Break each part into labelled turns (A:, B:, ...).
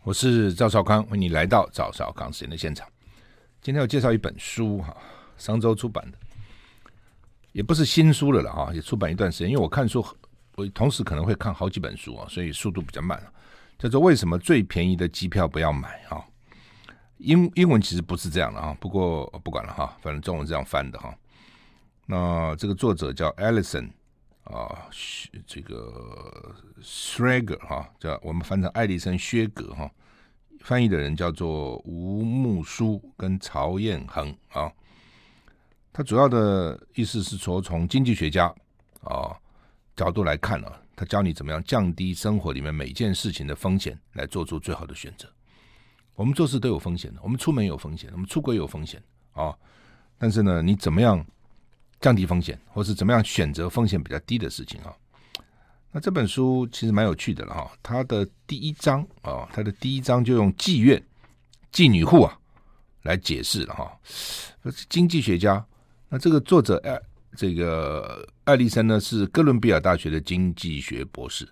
A: 我是赵少康，欢迎你来到赵少康时间的现场。今天要介绍一本书哈，商周出版的，也不是新书了啦哈，也出版一段时间。因为我看书，我同时可能会看好几本书啊，所以速度比较慢。叫做为什么最便宜的机票不要买哈？英文其实不是这样的哈，不过不管了哈，反正中文这样翻的哈。那这个作者叫 Alison 啊，这个 Schrager 哈，叫我们翻成艾丽森·薛格哈，翻译的人叫做吴木书跟曹彦恒啊。他主要的意思是说，从经济学家角度来看啊，他教你怎么样降低生活里面每件事情的风险，来做出最好的选择。我们做事都有风险的，我们出门有风险，我们出国有风险啊。但是呢，你怎么样降低风险，或是怎么样选择风险比较低的事情啊？那这本书其实蛮有趣的了哈。它的第一章就用妓院、妓女户来解释了哈。经济学家，那这个作者这个艾丽森呢是哥伦比亚大学的经济学博士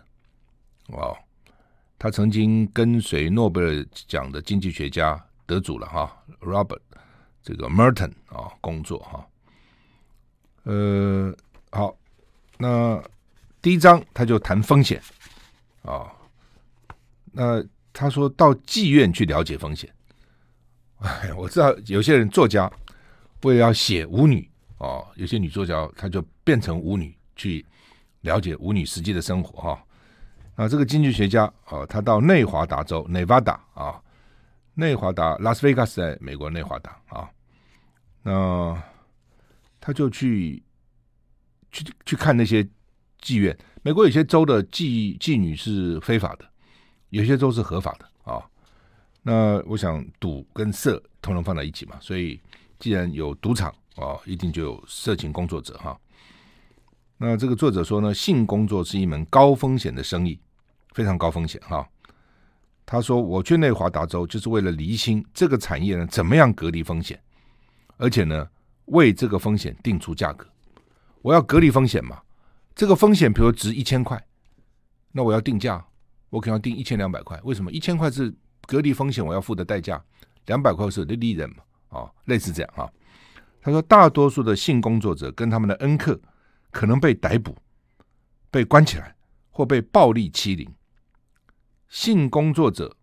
A: 他曾经跟随诺贝尔奖的经济学家得主了哈 Robert 这个 Merton 工作哈。好，那第一章他就谈风险那他说到妓院去了解风险。我知道有些人作家为了要写舞女有些女作家她就变成舞女去了解舞女实际的生活那这个经济学家他到内华达州 Nevada 内华达拉斯维加斯在美国内华达那他就去看那些妓院。美国有些州的妓女是非法的，有些州是合法的那我想赌跟色通通放在一起嘛，所以既然有赌场一定就有色情工作者那这个作者说呢，性工作是一门高风险的生意，非常高风险他说我去内华达州就是为了厘清这个产业呢怎么样隔离风险，而且呢为这个风险定出价格。我要隔离风险嘛，这个风险比如值1000块，那我要定价，我可能要定1200块。为什么？1000块是隔离风险我要付的代价，200块是利润嘛类似这样他说大多数的性工作者跟他们的恩客可能被逮捕、被关起来或被暴力欺凌。性工作者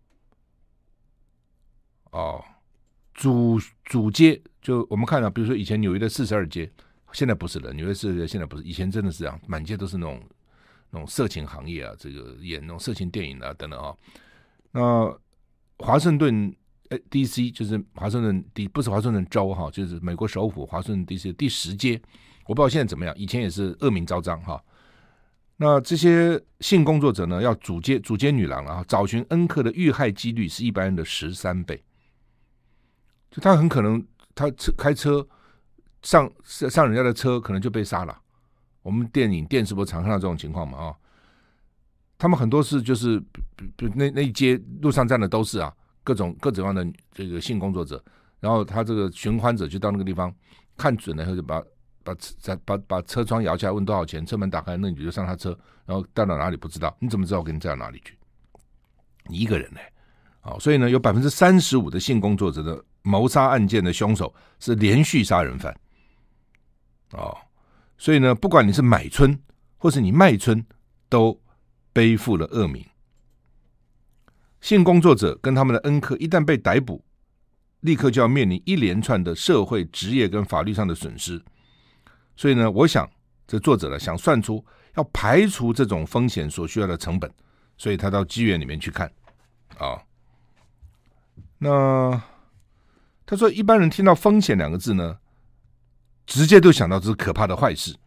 A: 主街，就我们看到比如说以前纽约的42街，现在不是了，纽约42街现在不是，以前真的是这样，满街都是那种色情行业这个演那种色情电影等等那华盛顿DC 就是华盛顿不是华盛顿州就是美国首府华盛顿 DC 第10街，我不知道现在怎么样，以前也是恶名昭彰那这些性工作者呢，要主街女郎找寻恩客的遇害几率是一般人的13倍，就他很可能他开车上人家的车，可能就被杀了。我们电视不常看到这种情况嘛他们很多是就是那一街路上站的都是各种各样的这个性工作者，然后他这个寻欢者就到那个地方看准了以后就把车窗摇下来问多少钱，车门打开，那你就上他车，然后带到哪里不知道，你怎么知道我给你带到哪里去？你一个人所以呢，有35%的性工作者的谋杀案件的凶手是连续杀人犯所以呢，不管你是买春或是你卖春，都背负了恶名。性工作者跟他们的恩客一旦被逮捕，立刻就要面临一连串的社会、职业跟法律上的损失。所以呢，我想这作者呢想算出要排除这种风险所需要的成本，所以他到妓院里面去看那他说一般人听到风险2个字呢，直接就想到这是可怕的坏事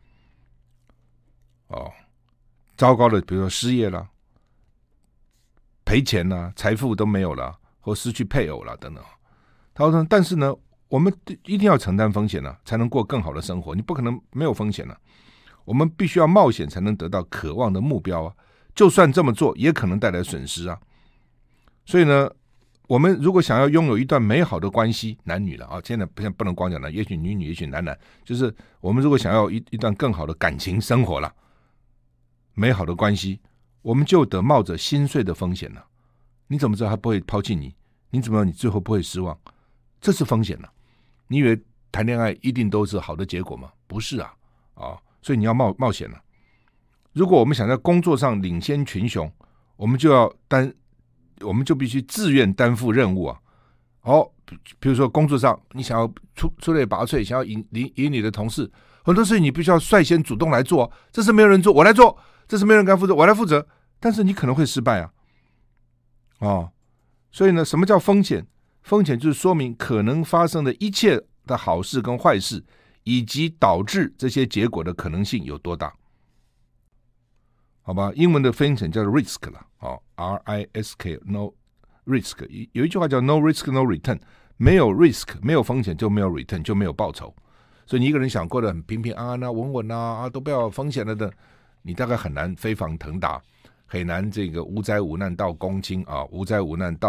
A: 糟糕的，比如说失业啦、赔钱啦、财富都没有了，或失去配偶啦等等。他说但是呢，我们一定要承担风险才能过更好的生活，你不可能没有风险我们必须要冒险才能得到渴望的目标就算这么做也可能带来损失所以呢，我们如果想要拥有一段美好的关系，男女了现在不能光讲也许女也许男，就是我们如果想要一段更好的感情生活了，美好的关系，我们就得冒着心碎的风险你怎么知道他不会抛弃你？你怎么知道你最后不会失望？这是风险啊。你以为谈恋爱一定都是好的结果吗？不是啊，所以你要冒险了。如果我们想在工作上领先群雄，我们就必须自愿担负任务啊。比如说工作上你想要出类拔萃，想要赢你的同事，很多事情你必须要率先主动来做，这是没有人做我来做，这是没有人敢负责我来负责，但是你可能会失败啊。所以呢，什么叫风险？风险就是说明可能发生的一切的好事跟坏事，以及导致这些结果的可能性有多大。好吧，英文的风险叫做 risk 了，RISK no risk。 有一句话叫 no risk no return， 没有 risk 没有风险就没有 return， 就没有报酬。所以你一个人想过得很平平安安稳稳都不要有风险了的，你大概很难飞黄腾达，很难这个无灾无难到公卿无灾无难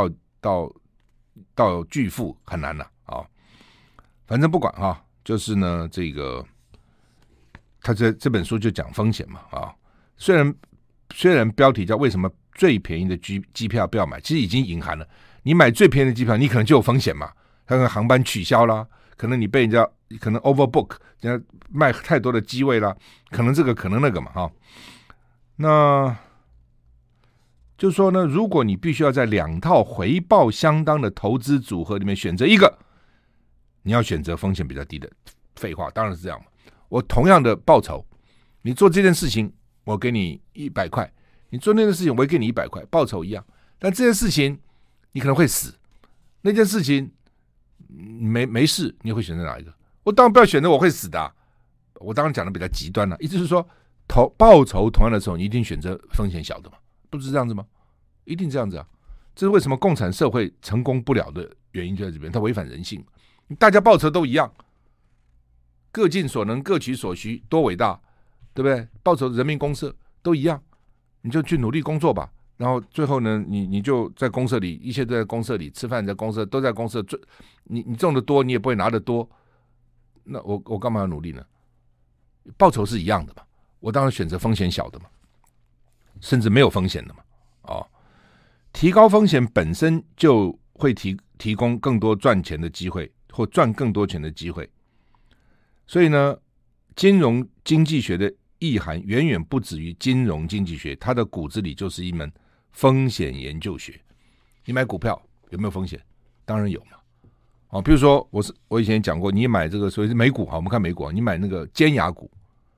A: 到巨富，很难了反正不管就是呢，这个他这本书就讲风险嘛虽然标题叫为什么最便宜的机票不要买，其实已经隐含了，你买最便宜的机票，你可能就有风险嘛，可能航班取消啦，可能你被人家可能 overbook， 人家卖太多的机位啦，可能这个可能那个嘛那就是说呢，如果你必须要在2套回报相当的投资组合里面选择一个，你要选择风险比较低的。废话，当然是这样嘛。我同样的报酬，你做这件事情我给你100块，你做那件事情我也给你100块，报酬一样，但这件事情你可能会死，那件事情没事，你会选择哪一个？我当然不要选择我会死的我当然讲的比较极端了，意思是说报酬同样的时候，你一定选择风险小的嘛，不是这样子吗？一定这样子啊！这是为什么共产社会成功不了的原因就在这边，它违反人性。大家报酬都一样，各尽所能，各取所需，多伟大，对不对？报酬人民公社都一样，你就去努力工作吧。然后最后呢，你就在公社里，一切都在公社里，吃饭在公社，都在公社。你挣得多，你也不会拿得多，那我干嘛要努力呢？报酬是一样的嘛，我当然选择风险小的嘛，甚至没有风险的嘛。提高风险本身就会提供更多赚钱的机会，或赚更多钱的机会。所以呢，金融经济学的意涵远远不止于金融经济学，它的骨子里就是一门风险研究学。你买股票有没有风险？当然有嘛。比如说我以前讲过，你买这个所谓是美股我们看美股你买那个尖牙股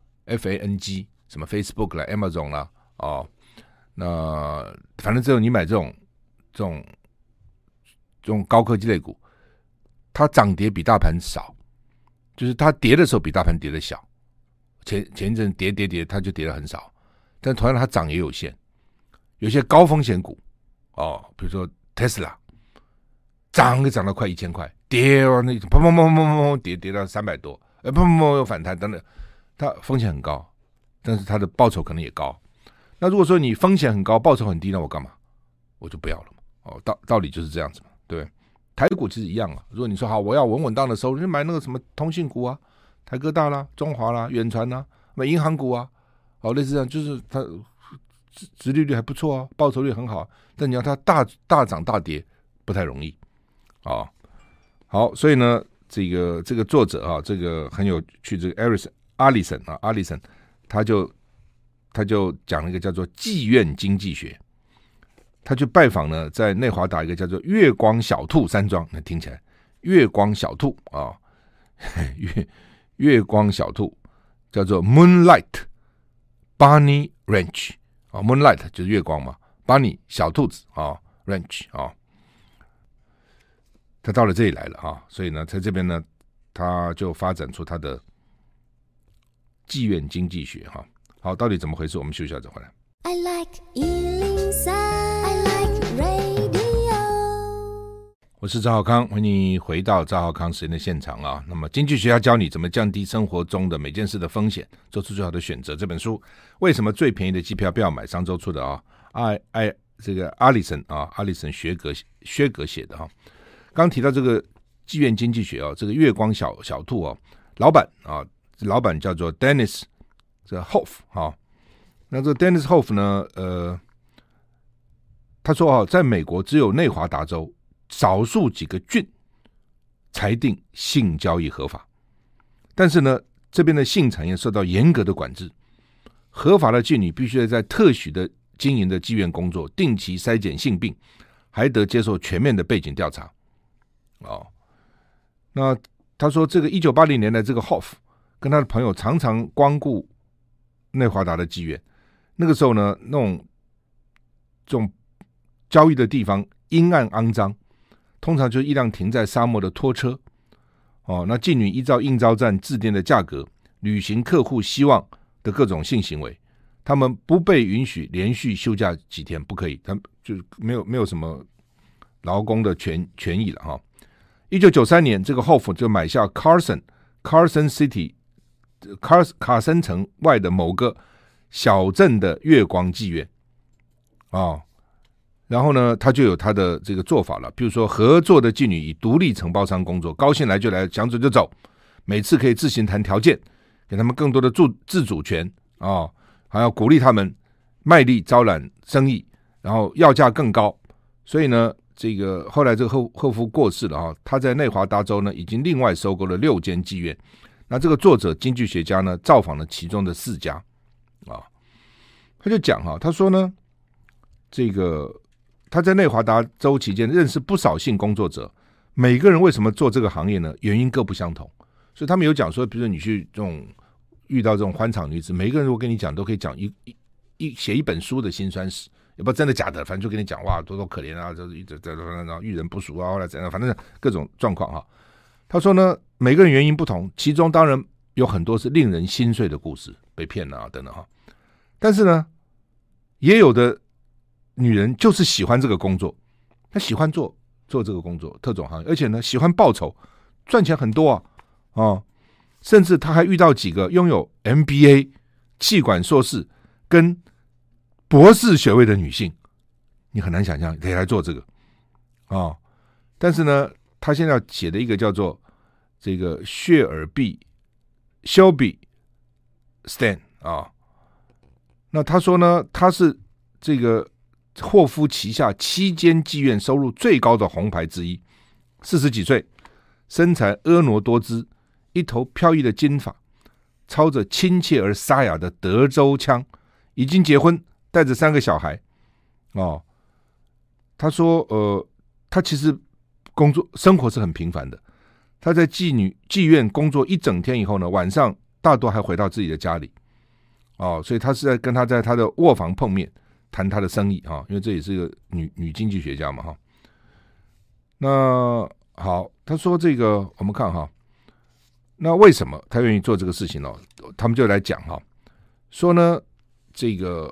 A: FANG， 什么 Facebook 啦 Amazon 啦那反正只有你买这种高科技类股，它涨跌比大盘少，就是它跌的时候比大盘跌的小。前一阵跌，它就跌得很少，但同样它涨也有限。有些高风险股比如说 Tesla， 涨到快1000块，跌那砰砰砰砰砰跌到300多，砰砰砰又反弹等等，它风险很高，但是它的报酬可能也高。那如果说你风险很高，报酬很低，那我干嘛？我就不要了嘛。道理就是这样子嘛，对不对？台股其实一样如果你说好，我要稳当的收入，你买那个什么通信股台哥大啦、中华啦、远传啦，买银行股类似这样，就是它殖利率还不错报酬率很好，但你要它大涨大跌不太容易好，所以呢，这个作者这个很有趣，这个 Allison 他就讲了一个叫做妓院经济学。他去拜访呢，在内华达一个叫做月光小兔山庄，那听起来月光小兔月光小兔叫做 Moonlight Bunny Ranch Moonlight 就是月光嘛 ，Bunny 小兔子Ranch 他到了这里来了所以呢，在这边呢，他就发展出他的妓院经济学好，到底怎么回事？我们休息一下再回来。I like 103, I like radio。 我是赵浩康，欢迎你回到赵浩康时间的现场那么经济学家教你怎么降低生活中的每件事的风险，做出最好的选择。这本书为什么最便宜的机票不要买？上周出的这个阿里森薛格写的刚提到这个妓院经济学这个月光小兔老板叫做 Dennis Hof 那这个 Dennis Hof 呢他他说在美国只有内华达州少数几个郡裁定性交易合法，但是呢，这边的性产业受到严格的管制，合法的妓女必须在特许的经营的妓院工作，定期筛检性病，还得接受全面的背景调查。那他说这个1980年的这个 Hoff 跟他的朋友常常光顾内华达的妓院，那个时候呢，这种交易的地方阴暗肮脏，通常就是一辆停在沙漠的拖车。那妓女依照应招站制定的价格履行客户希望的各种性行为，他们不被允许连续休假几天，不可以，他们就是没有什么劳工的权益了。1993年，这个 Hoff 就买下 Carson City 卡森城外的某个小镇的月光妓院。然后呢，他就有他的这个做法了，比如说合作的妓女以独立承包商工作，高兴来就来，想走就走，每次可以自行谈条件，给他们更多的自主权还要鼓励他们卖力招揽生意，然后要价更高。所以呢，这个后来这个赫夫过世了他在内华达州呢已经另外收购了6间妓院。那这个作者经济学家呢造访了其中的4家他就讲他说呢，这个他在内华达州期间认识不少性工作者，每个人为什么做这个行业呢？原因各不相同。所以他们有讲说，比如说你去这种遇到这种欢场女子，每一个人如果跟你讲，都可以讲写一本书的辛酸史，也不知道真的假的，反正就跟你讲哇多可怜啊，就是遇人不淑啊，后来怎样，反正各种状况他说呢，每个人原因不同，其中当然有很多是令人心碎的故事，被骗了等等但是呢，也有的女人就是喜欢这个工作，她喜欢做这个工作，特种行业，而且呢喜欢报酬，赚钱很多甚至她还遇到几个拥有 MBA 企管硕士跟博士学位的女性，你很难想象可以来做这个但是呢，她现在写的一个叫做这个谢尔比 Shelby Stan 那他说呢，他是这个霍夫旗下7间妓院收入最高的红牌之一，40几岁，身材婀娜多姿，一头飘逸的金发，操着亲切而沙哑的德州腔，已经结婚，带着3个小孩他说他其实生活是很平凡的，他在妓院工作一整天以后呢，晚上大多还回到自己的家里所以他是跟他在他的卧房碰面，谈他的生意因为这也是一个女经济学家嘛那好，他说这个我们看那为什么他愿意做这个事情他们就来讲说呢，这个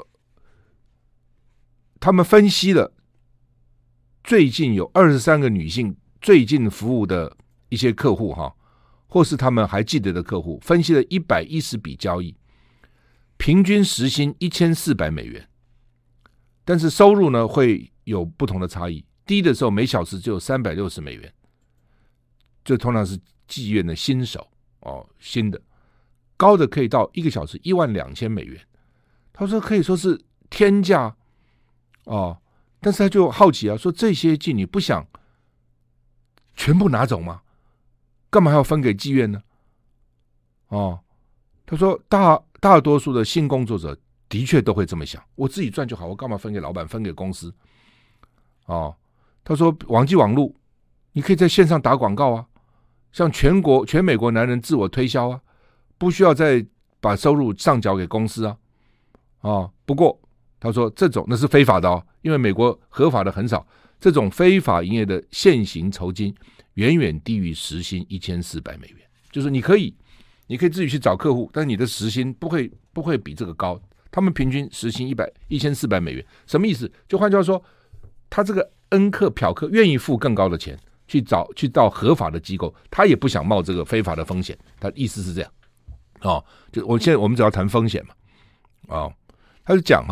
A: 他们分析了最近有23个女性最近服务的一些客户或是他们还记得的客户，分析了110笔交易，平均时薪$1400，但是收入呢会有不同的差异，低的时候每小时就有$360，这通常是妓院的新手新的，高的可以到1个小时$12000，他说可以说是天价但是他就好奇说这些妓女不想全部拿走吗？干嘛还要分给妓院呢？他说大多数的性工作者的确都会这么想，我自己赚就好，我干嘛分给老板，分给公司他说网际网路你可以在线上打广告像全美国男人自我推销不需要再把收入上缴给公司不过他说这种那是非法的因为美国合法的很少，这种非法营业的现行酬金远远低于时薪$1400，就是你可以自己去找客户，但是你的时薪不会比这个高，他们平均时薪$1400，什么意思？就换句话说，他这个恩客嫖客愿意付更高的钱去到合法的机构，他也不想冒这个非法的风险，他的意思是这样就我们只要谈风险嘛他就讲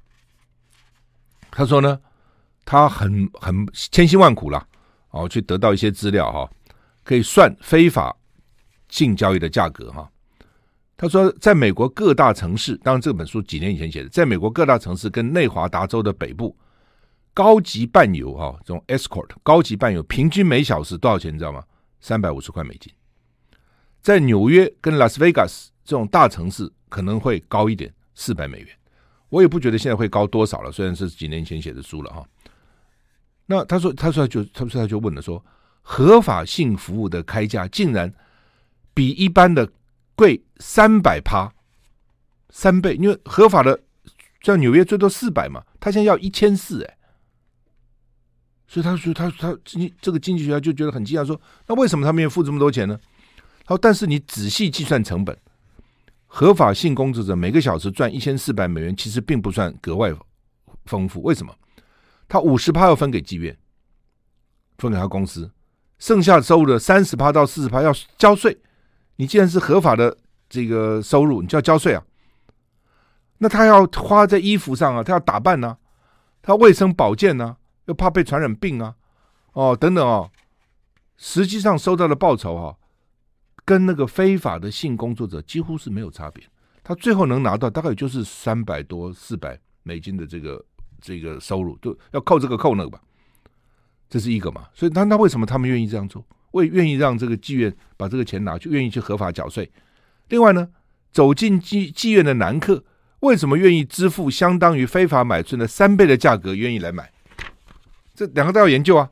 A: 他说呢，他很千辛万苦啦去得到一些资料可以算非法性交易的价格他说在美国各大城市，当然这本书几年以前写的，在美国各大城市跟内华达州的北部高级伴游这种 escort 高级伴游平均每小时多少钱你知道吗？350块美金。在纽约跟拉斯维加斯这种大城市可能会高一点，400美元。我也不觉得现在会高多少了，虽然是几年前写的书了那他说他就问了说，合法性服务的开价竟然比一般的贵300%，3倍，因为合法的在纽约最多400嘛，他现在要1400所以他说他这个经济学家就觉得很惊讶，说那为什么他们要付这么多钱呢？他说但是你仔细计算成本，合法性工作者每个小时赚1400美元，其实并不算格外丰富。为什么？他50%要分给妓院，分给他公司，剩下收入的30%到40%要交税。你既然是合法的这个收入，你就要交税啊。那他要花在衣服上啊，他要打扮啊，他卫生保健啊，又怕被传染病啊，等等实际上收到的报酬跟那个非法的性工作者几乎是没有差别。他最后能拿到大概就是300多400美金的这个收入，都要扣这个扣那个吧，这是一个嘛。所以那为什么他们愿意这样做？愿意让这个妓院把这个钱拿去，愿意去合法缴税。另外呢，走进妓院的男客为什么愿意支付相当于非法买春的3倍的价格愿意来买？这两个都要研究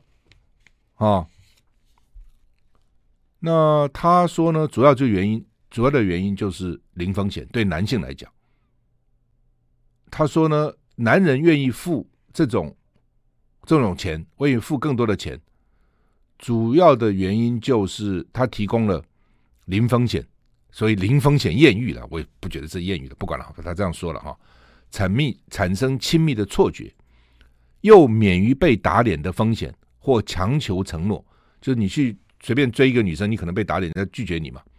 A: 那他说呢，主要的原因就是零风险，对男性来讲。他说呢，男人愿意付这种钱，愿意付更多的钱，主要的原因就是他提供了零风险，所以零风险艳遇了，我也不觉得是艳遇了，不管了，他这样说了产生亲密的错觉，又免于被打脸的风险或强求承诺，就是你去随便追一个女生，你可能被打脸，她拒绝你嘛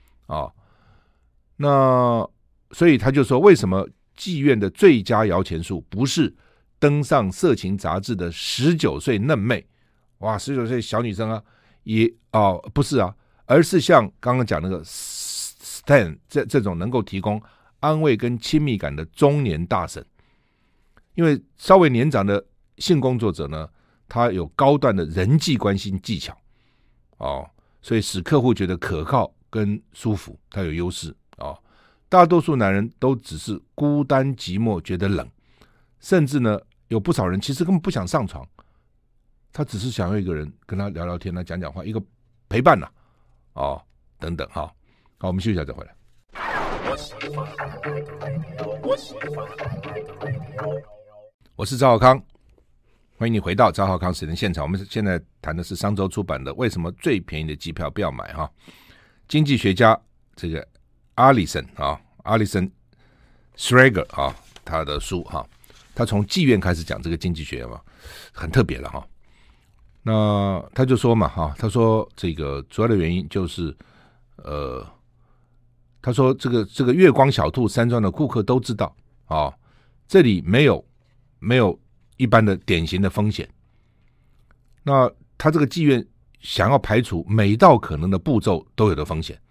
A: 那所以他就说，为什么妓院的最佳摇钱树不是登上色情杂志的19岁嫩妹，19岁小女生也不是而是像刚刚讲那个 Stan 这种能够提供安慰跟亲密感的中年大婶。因为稍微年长的性工作者呢，他有高段的人际关系技巧所以使客户觉得可靠跟舒服，他有优势大多数男人都只是孤单寂寞，觉得冷，甚至呢有不少人其实根本不想上床，他只是想要一个人跟他聊聊天，讲讲话，一个陪伴等等好，我们休息一下再回来。我是赵少康，欢迎你回到赵少康时间现场。我们现在谈的是商周出版的《为什么最便宜的机票不要买》经济学家这个Alison Schrager 他的书他从妓院开始讲这个经济学很特别了那他就说嘛他说这个主要的原因就是他说这个月光小兔山庄的顾客都知道这里没有一般的典型的风险。那他这个妓院想要排除每道可能的步骤都有的风险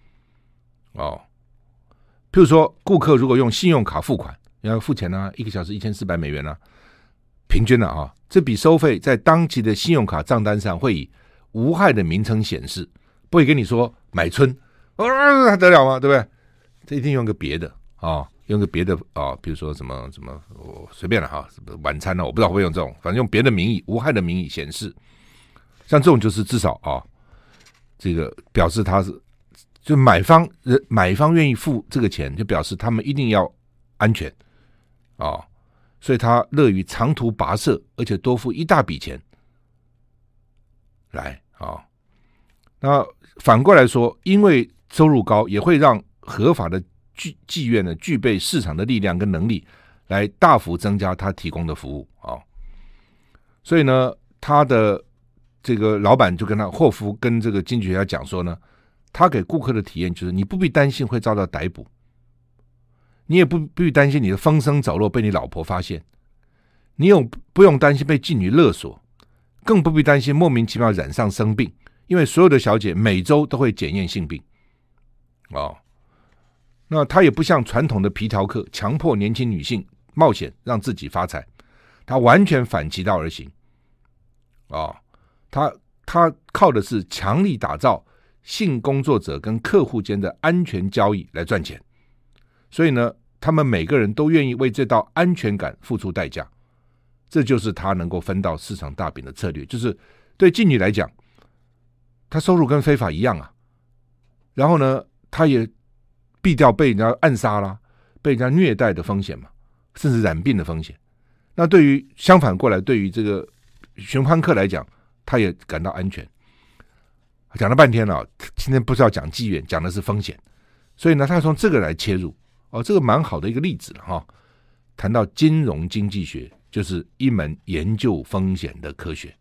A: 譬如说顾客如果用信用卡付款，要付钱1个小时1400美元平均这笔收费在当期的信用卡账单上会以无害的名称显示，不会跟你说买春还得了吗？对不对？这一定用个别的用个别的比如说什么我随便了晚餐我不知道会不会用这种，反正用别的名义，无害的名义显示，像这种就是至少这个表示他是就买方愿意付这个钱，就表示他们一定要安全所以他乐于长途跋涉，而且多付一大笔钱来那反过来说，因为收入高，也会让合法的妓院呢具备市场的力量跟能力，来大幅增加他提供的服务所以呢，他的这个老板就跟霍夫跟这个经济学家讲说呢，他给顾客的体验就是你不必担心会遭到逮捕，你也不必担心你的风声走漏被你老婆发现，你不用担心被妓女勒索，更不必担心莫名其妙染上生病，因为所有的小姐每周都会检验性病那他也不像传统的皮条客强迫年轻女性冒险让自己发财，他完全反其道而行啊，他靠的是强力打造性工作者跟客户间的安全交易来赚钱，所以呢，他们每个人都愿意为这道安全感付出代价，这就是他能够分到市场大饼的策略。就是对妓女来讲，他收入跟非法一样啊，然后呢，他也避掉被人家暗杀啦、被人家虐待的风险嘛，甚至染病的风险。那对于相反过来，对于这个寻欢客来讲，他也感到安全。讲了半天了，今天不是要讲妓院，讲的是风险，所以呢，他从这个来切入。这个蛮好的一个例子了哈。谈到金融经济学，就是一门研究风险的科学。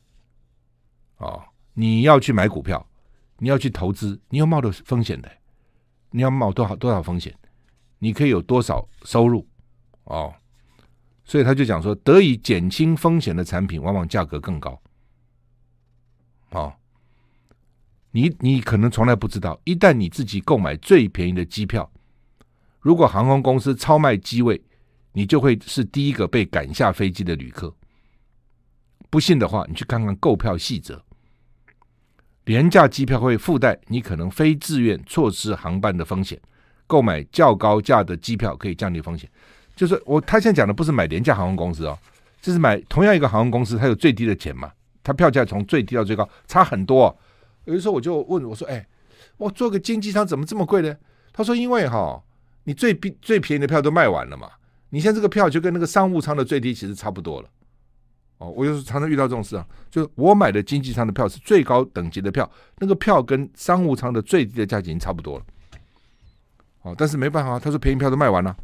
A: 你要去买股票，你要去投资，你要冒的风险的，你要冒多少风险，你可以有多少收入所以他就讲说，得以减轻风险的产品，往往价格更高。你可能从来不知道，一旦你自己购买最便宜的机票，如果航空公司超卖机位，你就会是第一个被赶下飞机的旅客。不信的话，你去看看购票细则，廉价机票会附带你可能非自愿错失航班的风险，购买较高价的机票可以降低风险。就是他现在讲的不是买廉价航空公司这是买同样一个航空公司，它有最低的钱嘛，它票价从最低到最高差很多有的时候我就问我说，我做个经济舱怎么这么贵呢？他说因为你最便宜的票都卖完了嘛，你现在这个票就跟那个商务舱的最低其实差不多了。我有时常常遇到这种事就是我买的经济舱的票是最高等级的票，那个票跟商务舱的最低的价钱已经差不多了。但是没办法，他说便宜票都卖完了。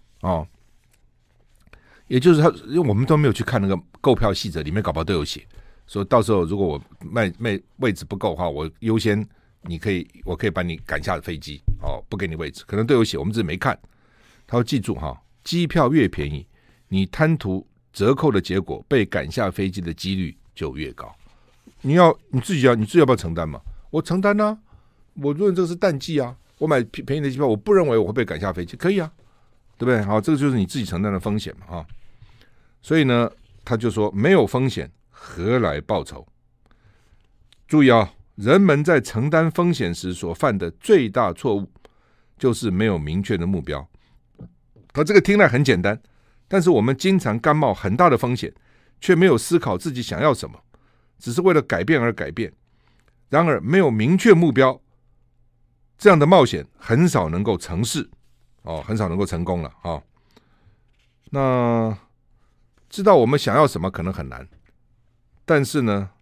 A: 也就是因为我们都没有去看那个购票细则，里面搞不好都有写，说到时候如果我卖位置不够的话，我优先我可以把你赶下飞机不给你位置，可能都有写，我们自己没看。他说记住机票越便宜，你贪图折扣的结果被赶下飞机的几率就越高。你自己要不要承担嘛？我承担啊，我认为这个是淡季啊，我买便宜的机票，我不认为我会被赶下飞机，可以啊，对不对？这个就是你自己承担的风险嘛所以呢，他就说没有风险何来报酬？注意人们在承担风险时所犯的最大错误就是没有明确的目标。他这个听来很简单，但是我们经常甘冒很大的风险，却没有思考自己想要什么，只是为了改变而改变。然而没有明确目标，这样的冒险很少能够成事很少能够成功了那知道我们想要什么可能很难，但是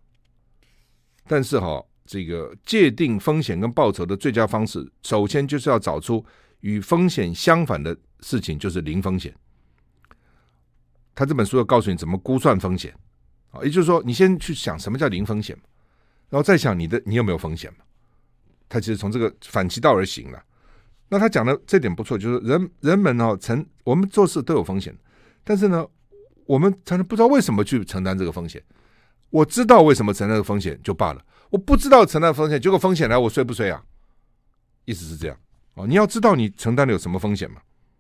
A: 这个界定风险跟报酬的最佳方式，首先就是要找出与风险相反的事情，就是零风险。他这本书要告诉你怎么估算风险也就是说，你先去想什么叫零风险，然后再想你有没有风险嘛。他其实从这个反其道而行了。那他讲的这点不错，就是人们我们做事都有风险，但是呢，我们常常不知道为什么去承担这个风险。我知道为什么承担这个风险就罢了，我不知道承担风险，结果风险来我衰不衰啊？意思是这样你要知道你承担的有什么风险嘛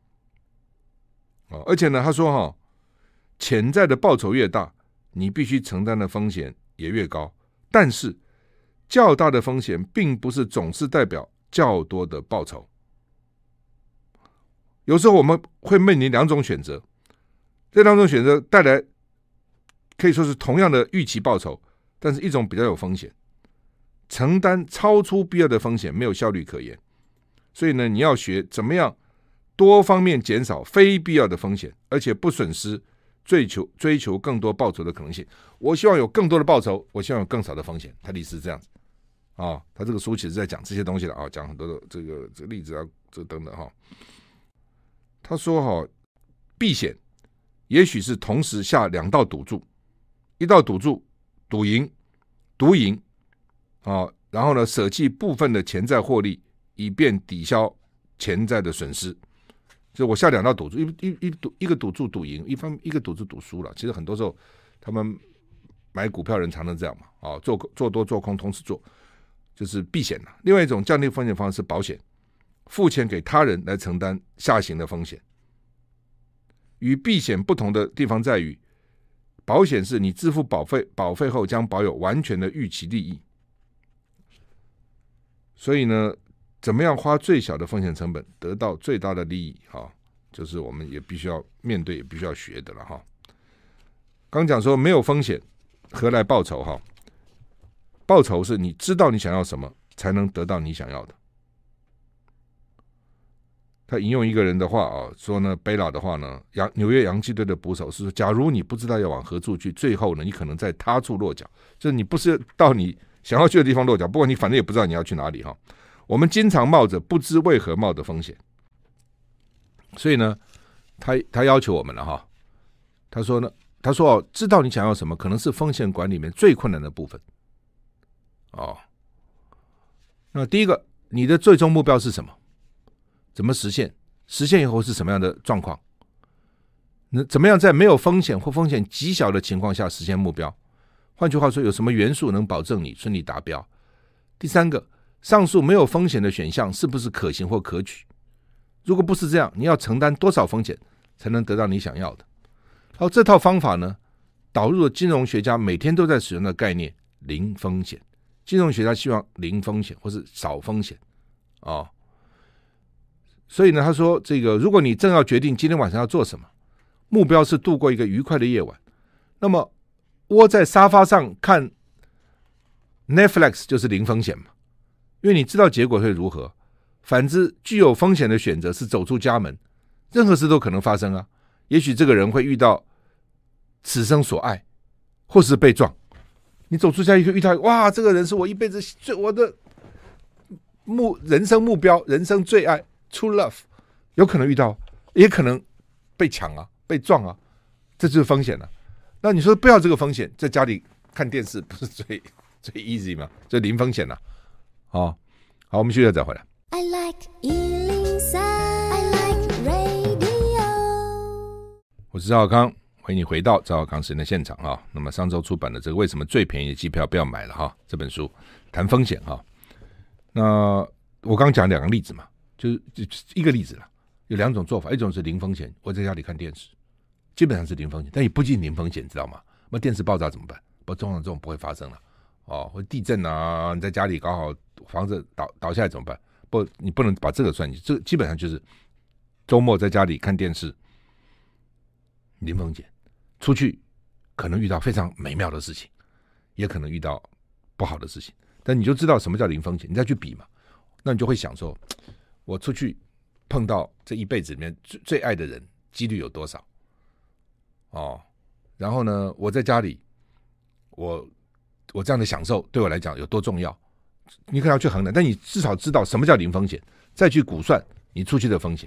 A: 而且呢，他说潜在的报酬越大，你必须承担的风险也越高，但是较大的风险并不是总是代表较多的报酬。有时候我们会面临两种选择，这两种选择带来可以说是同样的预期报酬，但是一种比较有风险，承担超出必要的风险没有效率可言。所以呢，你要学怎么样多方面减少非必要的风险，而且不损失追求更多报酬的可能性。我希望有更多的报酬，我希望有更少的风险。他的意思是这样子他这个书其实在讲这些东西的讲很多的这个例子这等等他说避险也许是同时下两道赌注，一道赌注赌赢然后呢舍弃部分的潜在获利，以便抵消潜在的损失。就我下两道赌注，一个赌注赌赢，一个赌注赌输了。其实很多时候他们买股票人常常这样嘛做多做空同时做，就是避险了。另外一种降低风险方式是保险，付钱给他人来承担下行的风险。与避险不同的地方在于， 保险是你支付保费后将保有完全的预期利益。所以呢，怎么样花最小的风险成本得到最大的利益，就是我们也必须要面对，也必须要学的了哈。刚讲说没有风险何来报酬哈？报酬是你知道你想要什么才能得到你想要的。他引用一个人的话说呢，贝拉的话呢，纽约洋基队的捕手是说，假如你不知道要往何处去，最后呢，你可能在他处落脚，就是你不是到你想要去的地方落脚，不过你反正也不知道你要去哪里哈。我们经常冒着不知为何冒的风险，所以呢，他要求我们了哈。他说知道你想要什么，可能是风险管理里面最困难的部分。那第一个，你的最终目标是什么？怎么实现？实现以后是什么样的状况？那怎么样在没有风险或风险极小的情况下实现目标？换句话说，有什么元素能保证你顺利达标？第三个，上述没有风险的选项是不是可行或可取？如果不是这样，你要承担多少风险才能得到你想要的？好，这套方法呢，导入了金融学家每天都在使用的概念——零风险。金融学家希望零风险或是少风险所以呢，他说这个，如果你正要决定今天晚上要做什么，目标是度过一个愉快的夜晚，那么窝在沙发上看 Netflix 就是零风险嘛，因为你知道结果会如何。反之，具有风险的选择是走出家门，任何事都可能发生啊。也许这个人会遇到此生所爱，或是被撞。你走出家门遇到，哇，这个人是我一辈子我的人生目标，人生最爱 True Love， 有可能遇到，也可能被抢啊，被撞啊，这就是风险了。那你说不要这个风险，在家里看电视不是最 easy 吗？这零风险了。好，我们休息再回来。I like 103, I like radio。 我是赵少康，欢迎你回到赵少康时间的现场哈。那么上周出版的这个为什么最便宜的机票不要买了哈，这本书谈风险哈。那我刚讲2个例子嘛，就是一个例子了，有2种做法，一种是零风险，我在家里看电视，基本上是零风险，但也不仅零风险，知道吗？那电视爆炸怎么办？通常这种不会发生了或地震啊，你在家里搞好房子倒下来怎么办？你不能把这个算进去，这基本上就是周末在家里看电视，零风险。出去可能遇到非常美妙的事情，也可能遇到不好的事情，但你就知道什么叫零风险，你再去比嘛，那你就会想说，我出去碰到这一辈子里面最爱的人，几率有多少？然后呢，我在家里，我这样的享受对我来讲有多重要？你可能要去衡量，但你至少知道什么叫零风险，再去估算你出去的风险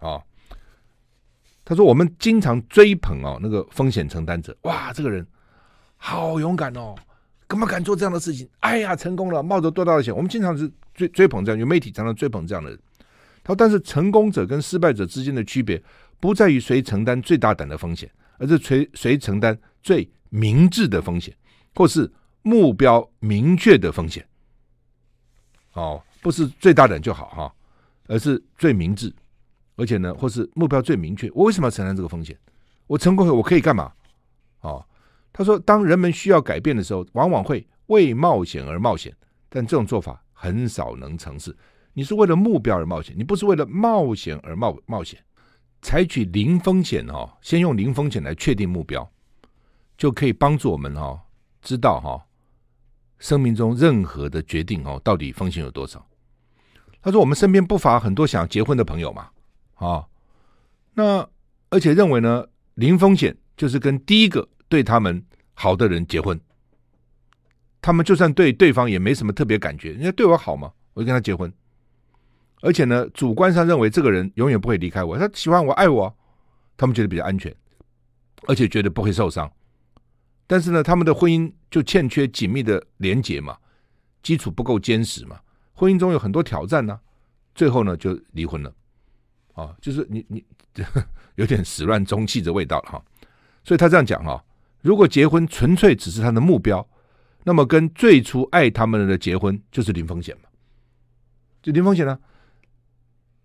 A: 他说我们经常追捧那个风险承担者，哇，这个人好勇敢干嘛敢做这样的事情？哎呀，成功了，冒着多大的险？我们经常是追捧这样，有媒体常常追捧这样的人。他说，但是成功者跟失败者之间的区别，不在于谁承担最大胆的风险，而是谁承担最明智的风险，或是目标明确的风险。不是最大胆就好而是最明智，而且呢，或是目标最明确。我为什么要承担这个风险？我成功后我可以干嘛？他说，当人们需要改变的时候，往往会为冒险而冒险，但这种做法很少能成事。你是为了目标而冒险，你不是为了冒险而冒险。采取零风险先用零风险来确定目标，就可以帮助我们知道生命中任何的决定到底风险有多少。他说我们身边不乏很多想结婚的朋友嘛那而且认为呢，零风险就是跟第一个对他们好的人结婚，他们就算对对方也没什么特别感觉，人家对我好嘛，我就跟他结婚。而且呢，主观上认为这个人永远不会离开我，他喜欢我爱我，他们觉得比较安全，而且觉得不会受伤。但是呢，他们的婚姻就欠缺紧密的连结嘛，基础不够坚实嘛，婚姻中有很多挑战呢，最后呢就离婚了就是你有点始乱终弃的味道了所以他这样讲如果结婚纯粹只是他的目标，那么跟最初爱他们的结婚就是零风险嘛，就零风险啊。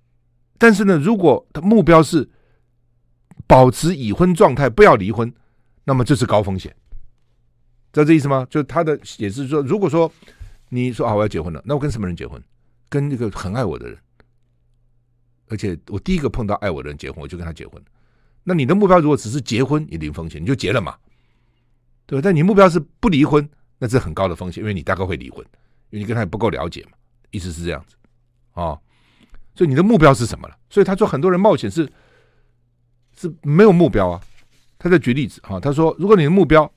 A: 但是呢，如果他目标是保持已婚状态，不要离婚， 那么这是高风险，知道这意思吗？就他的也是说，如果说你说我要结婚了，那我跟什么人结婚？跟那个很爱我的人，而且我第一个碰到爱我的人结婚，我就跟他结婚。那你的目标如果只是结婚，你零风险，你就结了嘛，对吧？但你目标是不离婚，那是很高的风险，因为你大概会离婚，因为你跟他不够了解嘛，意思是这样子所以你的目标是什么了？所以他说很多人冒险是没有目标啊。他在举例子他说如果你的目标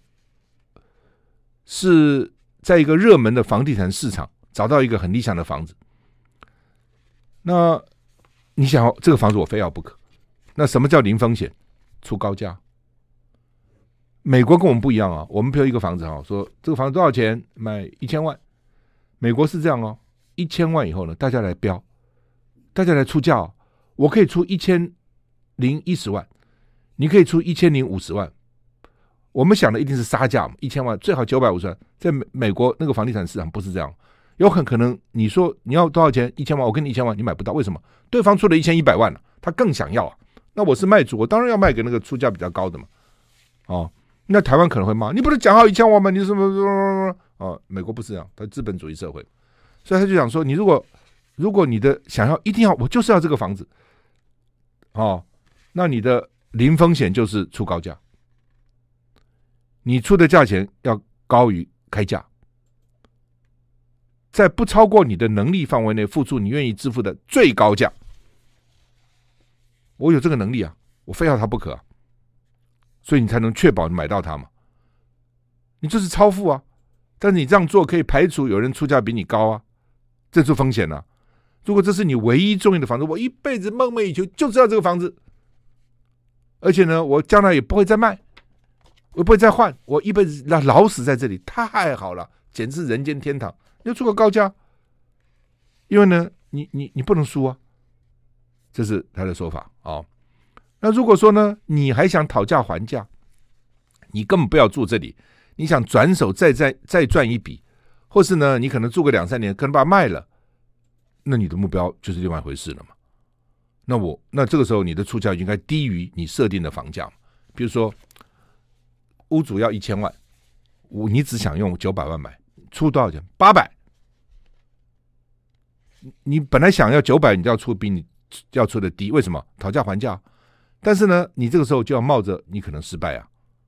A: 是在一个热门的房地产市场找到一个很理想的房子，那你想要这个房子我非要不可，那什么叫零风险？出高价。美国跟我们不一样啊，我们比如一个房子说这个房子多少钱，卖1000万，美国是这样1000万以后呢，大家来标，大家来出价我可以出1010万，你可以出1050万。我们想的一定是杀价嘛，1000万最好950万。在美国那个房地产市场不是这样，有很可能你说你要多少钱，1000万，我给你1000万，你买不到，为什么？对方出了1100万了，他更想要那我是卖主，我当然要卖给那个出价比较高的嘛。那台湾可能会骂你不是讲好1000万吗？你什么美国不是这样，它资本主义社会，所以他就讲说，你如果你的想要一定要我就是要这个房子那你的零风险就是出高价，你出的价钱要高于开价，在不超过你的能力范围内付出你愿意支付的最高价。我有这个能力啊，我非要它不可所以你才能确保你买到它嘛。你就是超付但是你这样做可以排除有人出价比你高这是风险如果这是你唯一中意的房子，我一辈子梦寐以求就是要这个房子，而且呢我将来也不会再卖，我不会再换，我一辈子老死在这里，太好了，简直是人间天堂。你要出个高价，因为呢你不能输这是他的说法那如果说呢你还想讨价还价，你根本不要住这里，你想转手再赚一笔，或是呢你可能住个2-3年可能把它卖了，那你的目标就是另外一回事了嘛。那这个时候你的出价应该低于你设定的房价，比如说屋主要1000万，你只想用900万买，出多少钱？800。你本来想要900，你就要出比你要出的低，为什么？讨价还价。但是呢你这个时候就要冒着你可能失败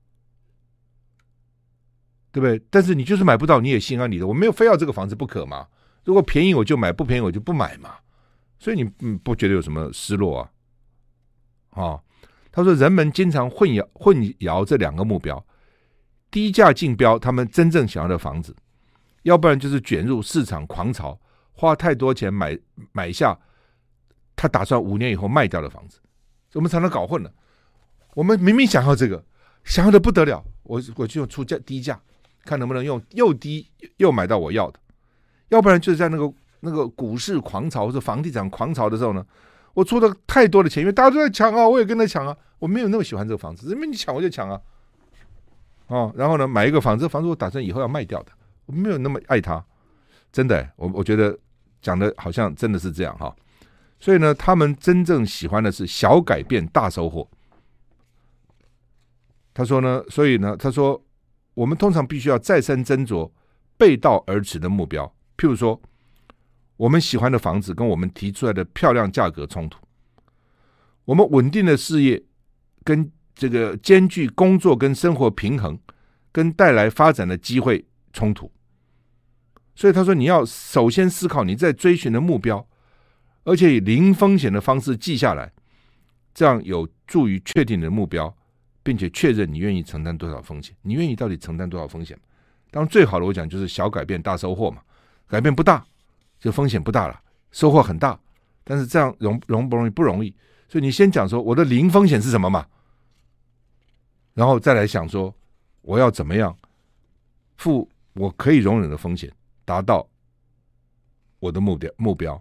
A: 对不对？但是你就是买不到，你也心安理得，我没有非要这个房子不可嘛，如果便宜我就买，不便宜我就不买嘛，所以你不觉得有什么失落他说人们经常混淆这两个目标，低价竞标他们真正想要的房子，要不然就是卷入市场狂潮，花太多钱买下他打算5年以后卖掉的房子。我们常常搞混了，我们明明想要这个，想要的不得了，我就用出低价，看能不能用又低又买到我要的。要不然就是在那个股市狂潮或者房地产狂潮的时候呢，我出了太多的钱，因为大家都在抢我也跟着抢我没有那么喜欢这个房子，因为你抢我就抢然后呢买一个房子，这房子我打算以后要卖掉的，我没有那么爱它，真的我觉得讲的好像真的是这样所以呢他们真正喜欢的是小改变大收获。他说呢，所以呢他说我们通常必须要再三斟酌背道而驰的目标，譬如说我们喜欢的房子跟我们提出来的漂亮价格冲突，我们稳定的事业跟这个兼具工作跟生活平衡跟带来发展的机会冲突。所以他说你要首先思考你在追寻的目标，而且以零风险的方式记下来，这样有助于确定你的目标，并且确认你愿意承担多少风险。你愿意到底承担多少风险？当然最好的我讲就是小改变大收获嘛，改变不大就风险不大了，收获很大，但是这样容不容易？不容易。所以你先讲说我的零风险是什么嘛，然后再来想说我要怎么样付我可以容忍的风险，达到我的目标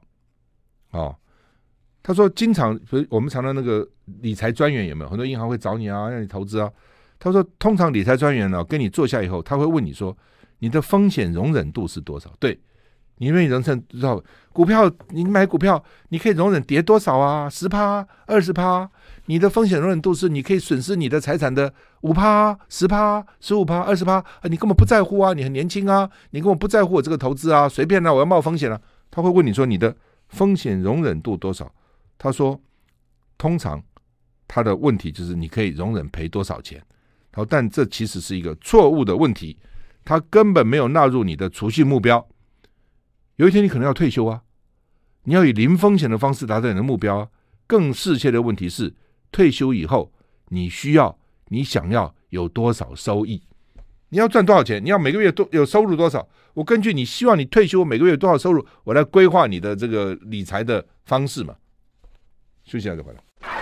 A: 他说经常我们常常那个理财专员有没有，很多银行会找你让你投资他说通常理财专员跟你坐下以后，他会问你说你的风险容忍度是多少。对， 你愿意容忍多少？股票你买股票，你可以容忍跌多少啊？10%、20%，你的风险容忍度是你可以损失你的财产的5%、10%、15%、20%，你根本不在乎啊，你很年轻啊，你根本不在乎我这个投资啊，随便啊，我要冒风险啊。他会问你说你的风险容忍度多少？他说，通常他的问题就是你可以容忍赔多少钱。但这其实是一个错误的问题，他根本没有纳入你的储蓄目标。有一天你可能要退休啊，你要以零风险的方式达到你的目标啊。更适切的问题是，退休以后你想要有多少收益？你要赚多少钱？你要每个月有收入多少？我根据你希望你退休每个月有多少收入，我来规划你的这个理财的方式嘛。休息一下就回来。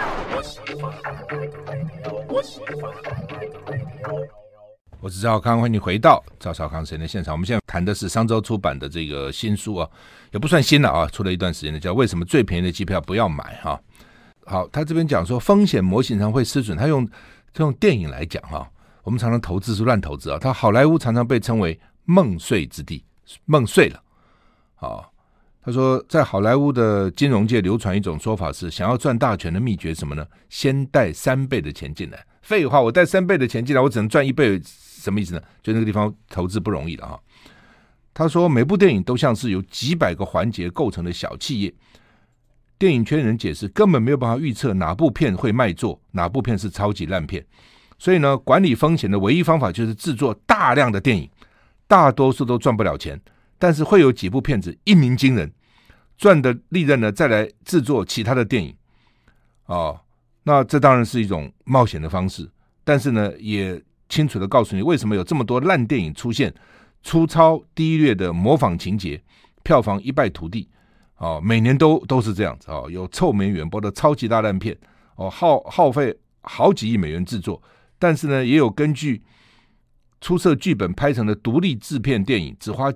A: 我是赵少康，欢迎你回到赵少康时间的现场。我们现在谈的是商周出版的这个新书啊，也不算新了啊，出了一段时间的，叫《为什么最便宜的机票不要买》哈。好，他这边讲说风险模型常会失准，他用电影来讲哈，我们常常投资是乱投资啊。他好莱坞常常被称为梦碎之地，梦碎了啊。他说，在好莱坞的金融界流传一种说法是，想要赚大钱的秘诀是什么呢？先带3倍的钱进来。废话，我带3倍的钱进来，我只能赚1倍，什么意思呢？就那个地方投资不容易了哈。他说，每部电影都像是由几百个环节构成的小企业，电影圈人解释根本没有办法预测哪部片会卖座，哪部片是超级烂片。所以呢，管理风险的唯一方法就是制作大量的电影，大多数都赚不了钱，但是会有几部片子一鸣惊人，赚的利润呢再来制作其他的电影那这当然是一种冒险的方式，但是呢也清楚的告诉你为什么有这么多烂电影出现，粗糙低劣的模仿情节，票房一败涂地每年都是这样子有臭名远播的超级大烂片耗费好几亿美元制作，但是呢也有根据出色剧本拍成的独立制片电影，只花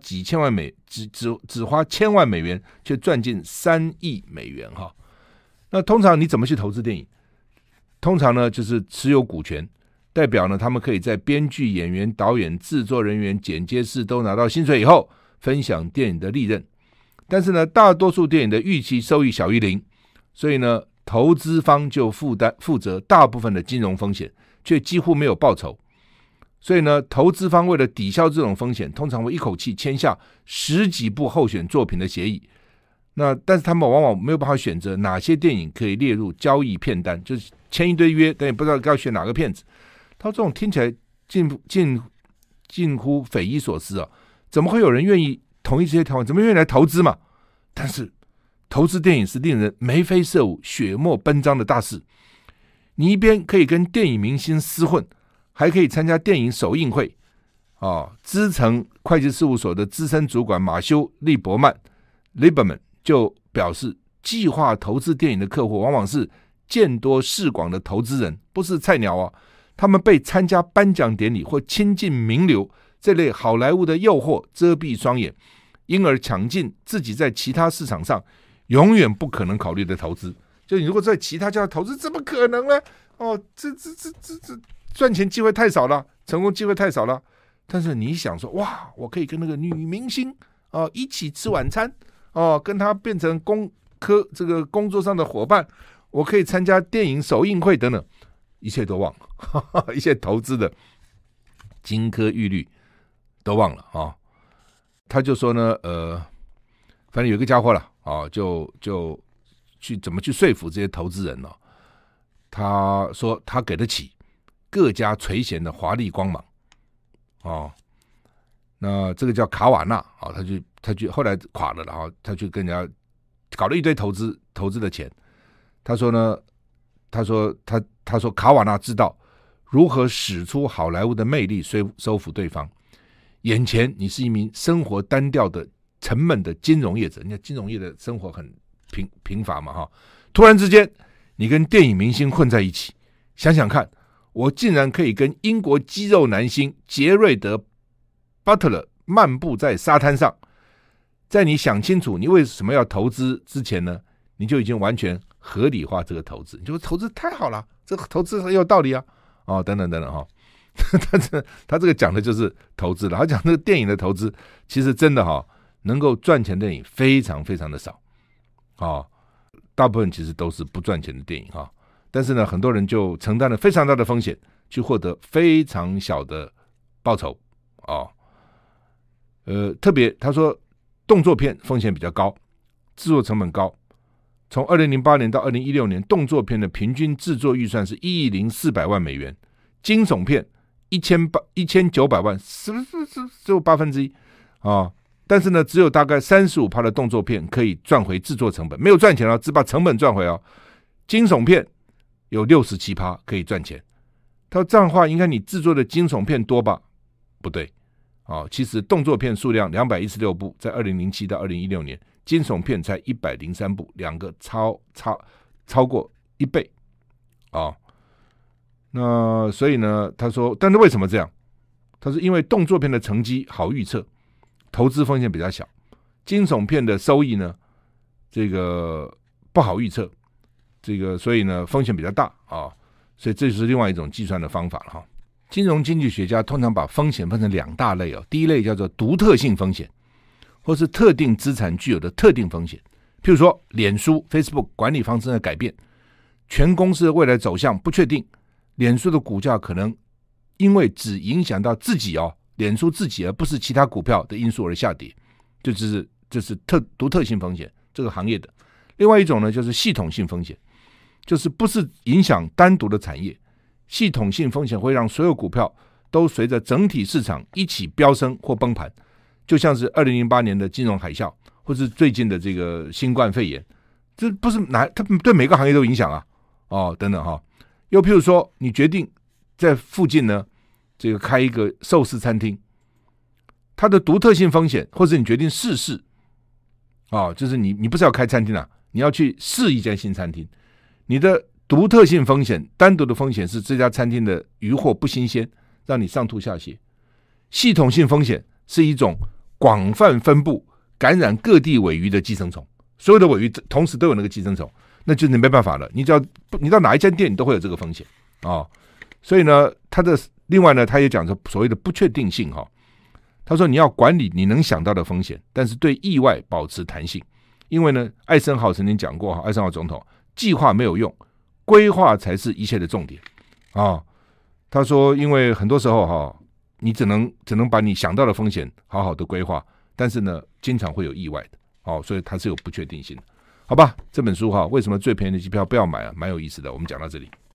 A: 千万美元却赚进3亿美元那通常你怎么去投资电影？通常呢就是持有股权，代表呢他们可以在编剧、演员、导演、制作人员、剪接师都拿到薪水以后分享电影的利润。但是呢大多数电影的预期收益小于0，所以呢投资方就负责大部分的金融风险，却几乎没有报酬。所以呢投资方为了抵消这种风险，通常会一口气签下10几部候选作品的协议。但是他们往往没有办法选择哪些电影可以列入交易片单，就是签一堆约，但也不知道要选哪个片子。他这种听起来近乎匪夷所思怎么会有人愿意同意这些条款？怎么愿意来投资嘛？但是投资电影是令人眉飞色舞、血脉奔张的大事。你一边可以跟电影明星厮混，还可以参加电影首映会资诚会计事务所的资深主管马修·利伯曼 Lieberman 就表示，计划投资电影的客户往往是见多识广的投资人，不是菜鸟他们被参加颁奖典礼或亲近名流这类好莱坞的诱惑遮蔽双眼，因而抢进自己在其他市场上永远不可能考虑的投资。就你如果在其他家投资，怎么可能呢？这赚钱机会太少了，成功机会太少了。但是你想说，哇，我可以跟那个女明星一起吃晚餐跟她变成这个工作上的伙伴，我可以参加电影首映会等等，一切都忘了一切投资的金科玉律都忘了他就说呢反正有一个家伙了就去怎么去说服这些投资人他说他给得起各家垂涎的华丽光芒那这个叫卡瓦纳他就后来垮了，然后他去跟人家搞了一堆投资的钱。他说呢，他说卡瓦纳知道如何使出好莱坞的魅力收服对方。眼前你是一名生活单调的沉闷的金融业者，你看金融业的生活很贫乏嘛突然之间你跟电影明星混在一起，想想看，我竟然可以跟英国肌肉男星杰瑞德·巴特勒漫步在沙滩上。在你想清楚你为什么要投资之前呢，你就已经完全合理化这个投资。你就投资太好了，这个投资很有道理等等他这个讲的就是投资了。他讲这个电影的投资其实真的能够赚钱的电影非常非常的少大部分其实都是不赚钱的电影但是呢，很多人就承担了非常大的风险，去获得非常小的报酬特别他说动作片风险比较高，制作成本高。从2008年到2016年，动作片的平均制作预算是1亿0400万美元，惊悚片1900万，是只有1/8但是呢，只有大概35%的动作片可以赚回制作成本，没有赚钱只把成本赚回惊悚片有67%可以赚钱。他说这样的话，应该你制作的惊悚片多吧？不对其实动作片数量216部，在2007到2016年，惊悚片才103部，两个超过1倍那所以呢，他说，但是为什么这样？他说因为动作片的成绩好预测，投资风险比较小，惊悚片的收益呢，这个不好预测，所以呢风险比较大所以这就是另外一种计算的方法了金融经济学家通常把风险分成2大类第一类叫做独特性风险，或是特定资产具有的特定风险，譬如说脸书 Facebook 管理方针的改变，全公司的未来走向不确定，脸书的股价可能因为只影响到自己脸书自己而不是其他股票的因素而下跌，这是独特性风险，这个行业的。另外一种呢，就是系统性风险，就是不是影响单独的产业，系统性风险会让所有股票都随着整体市场一起飙升或崩盘，就像是2008年的金融海啸，或是最近的这个新冠肺炎，这不是它对每个行业都影响等等又譬如说，你决定在附近呢这个开一个寿司餐厅，它的独特性风险，或者你决定试试就是你不是要开餐厅你要去试一家新餐厅，你的独特性风险，单独的风险是这家餐厅的鱼货不新鲜，让你上吐下泻。系统性风险是一种广泛分布感染各地尾鱼的寄生虫，所有的尾鱼同时都有那个寄生虫，那就你没办法了，你到哪一家店你都会有这个风险所以呢，另外呢，他也讲说所谓的不确定性他说你要管理你能想到的风险，但是对意外保持弹性。因为呢，艾森豪曾经讲过艾森豪总统，计划没有用，规划才是一切的重点他说因为很多时候你只能把你想到的风险好好的规划，但是呢经常会有意外的所以它是有不确定性的。好吧，这本书为什么最便宜的机票不要买蛮有意思的，我们讲到这里。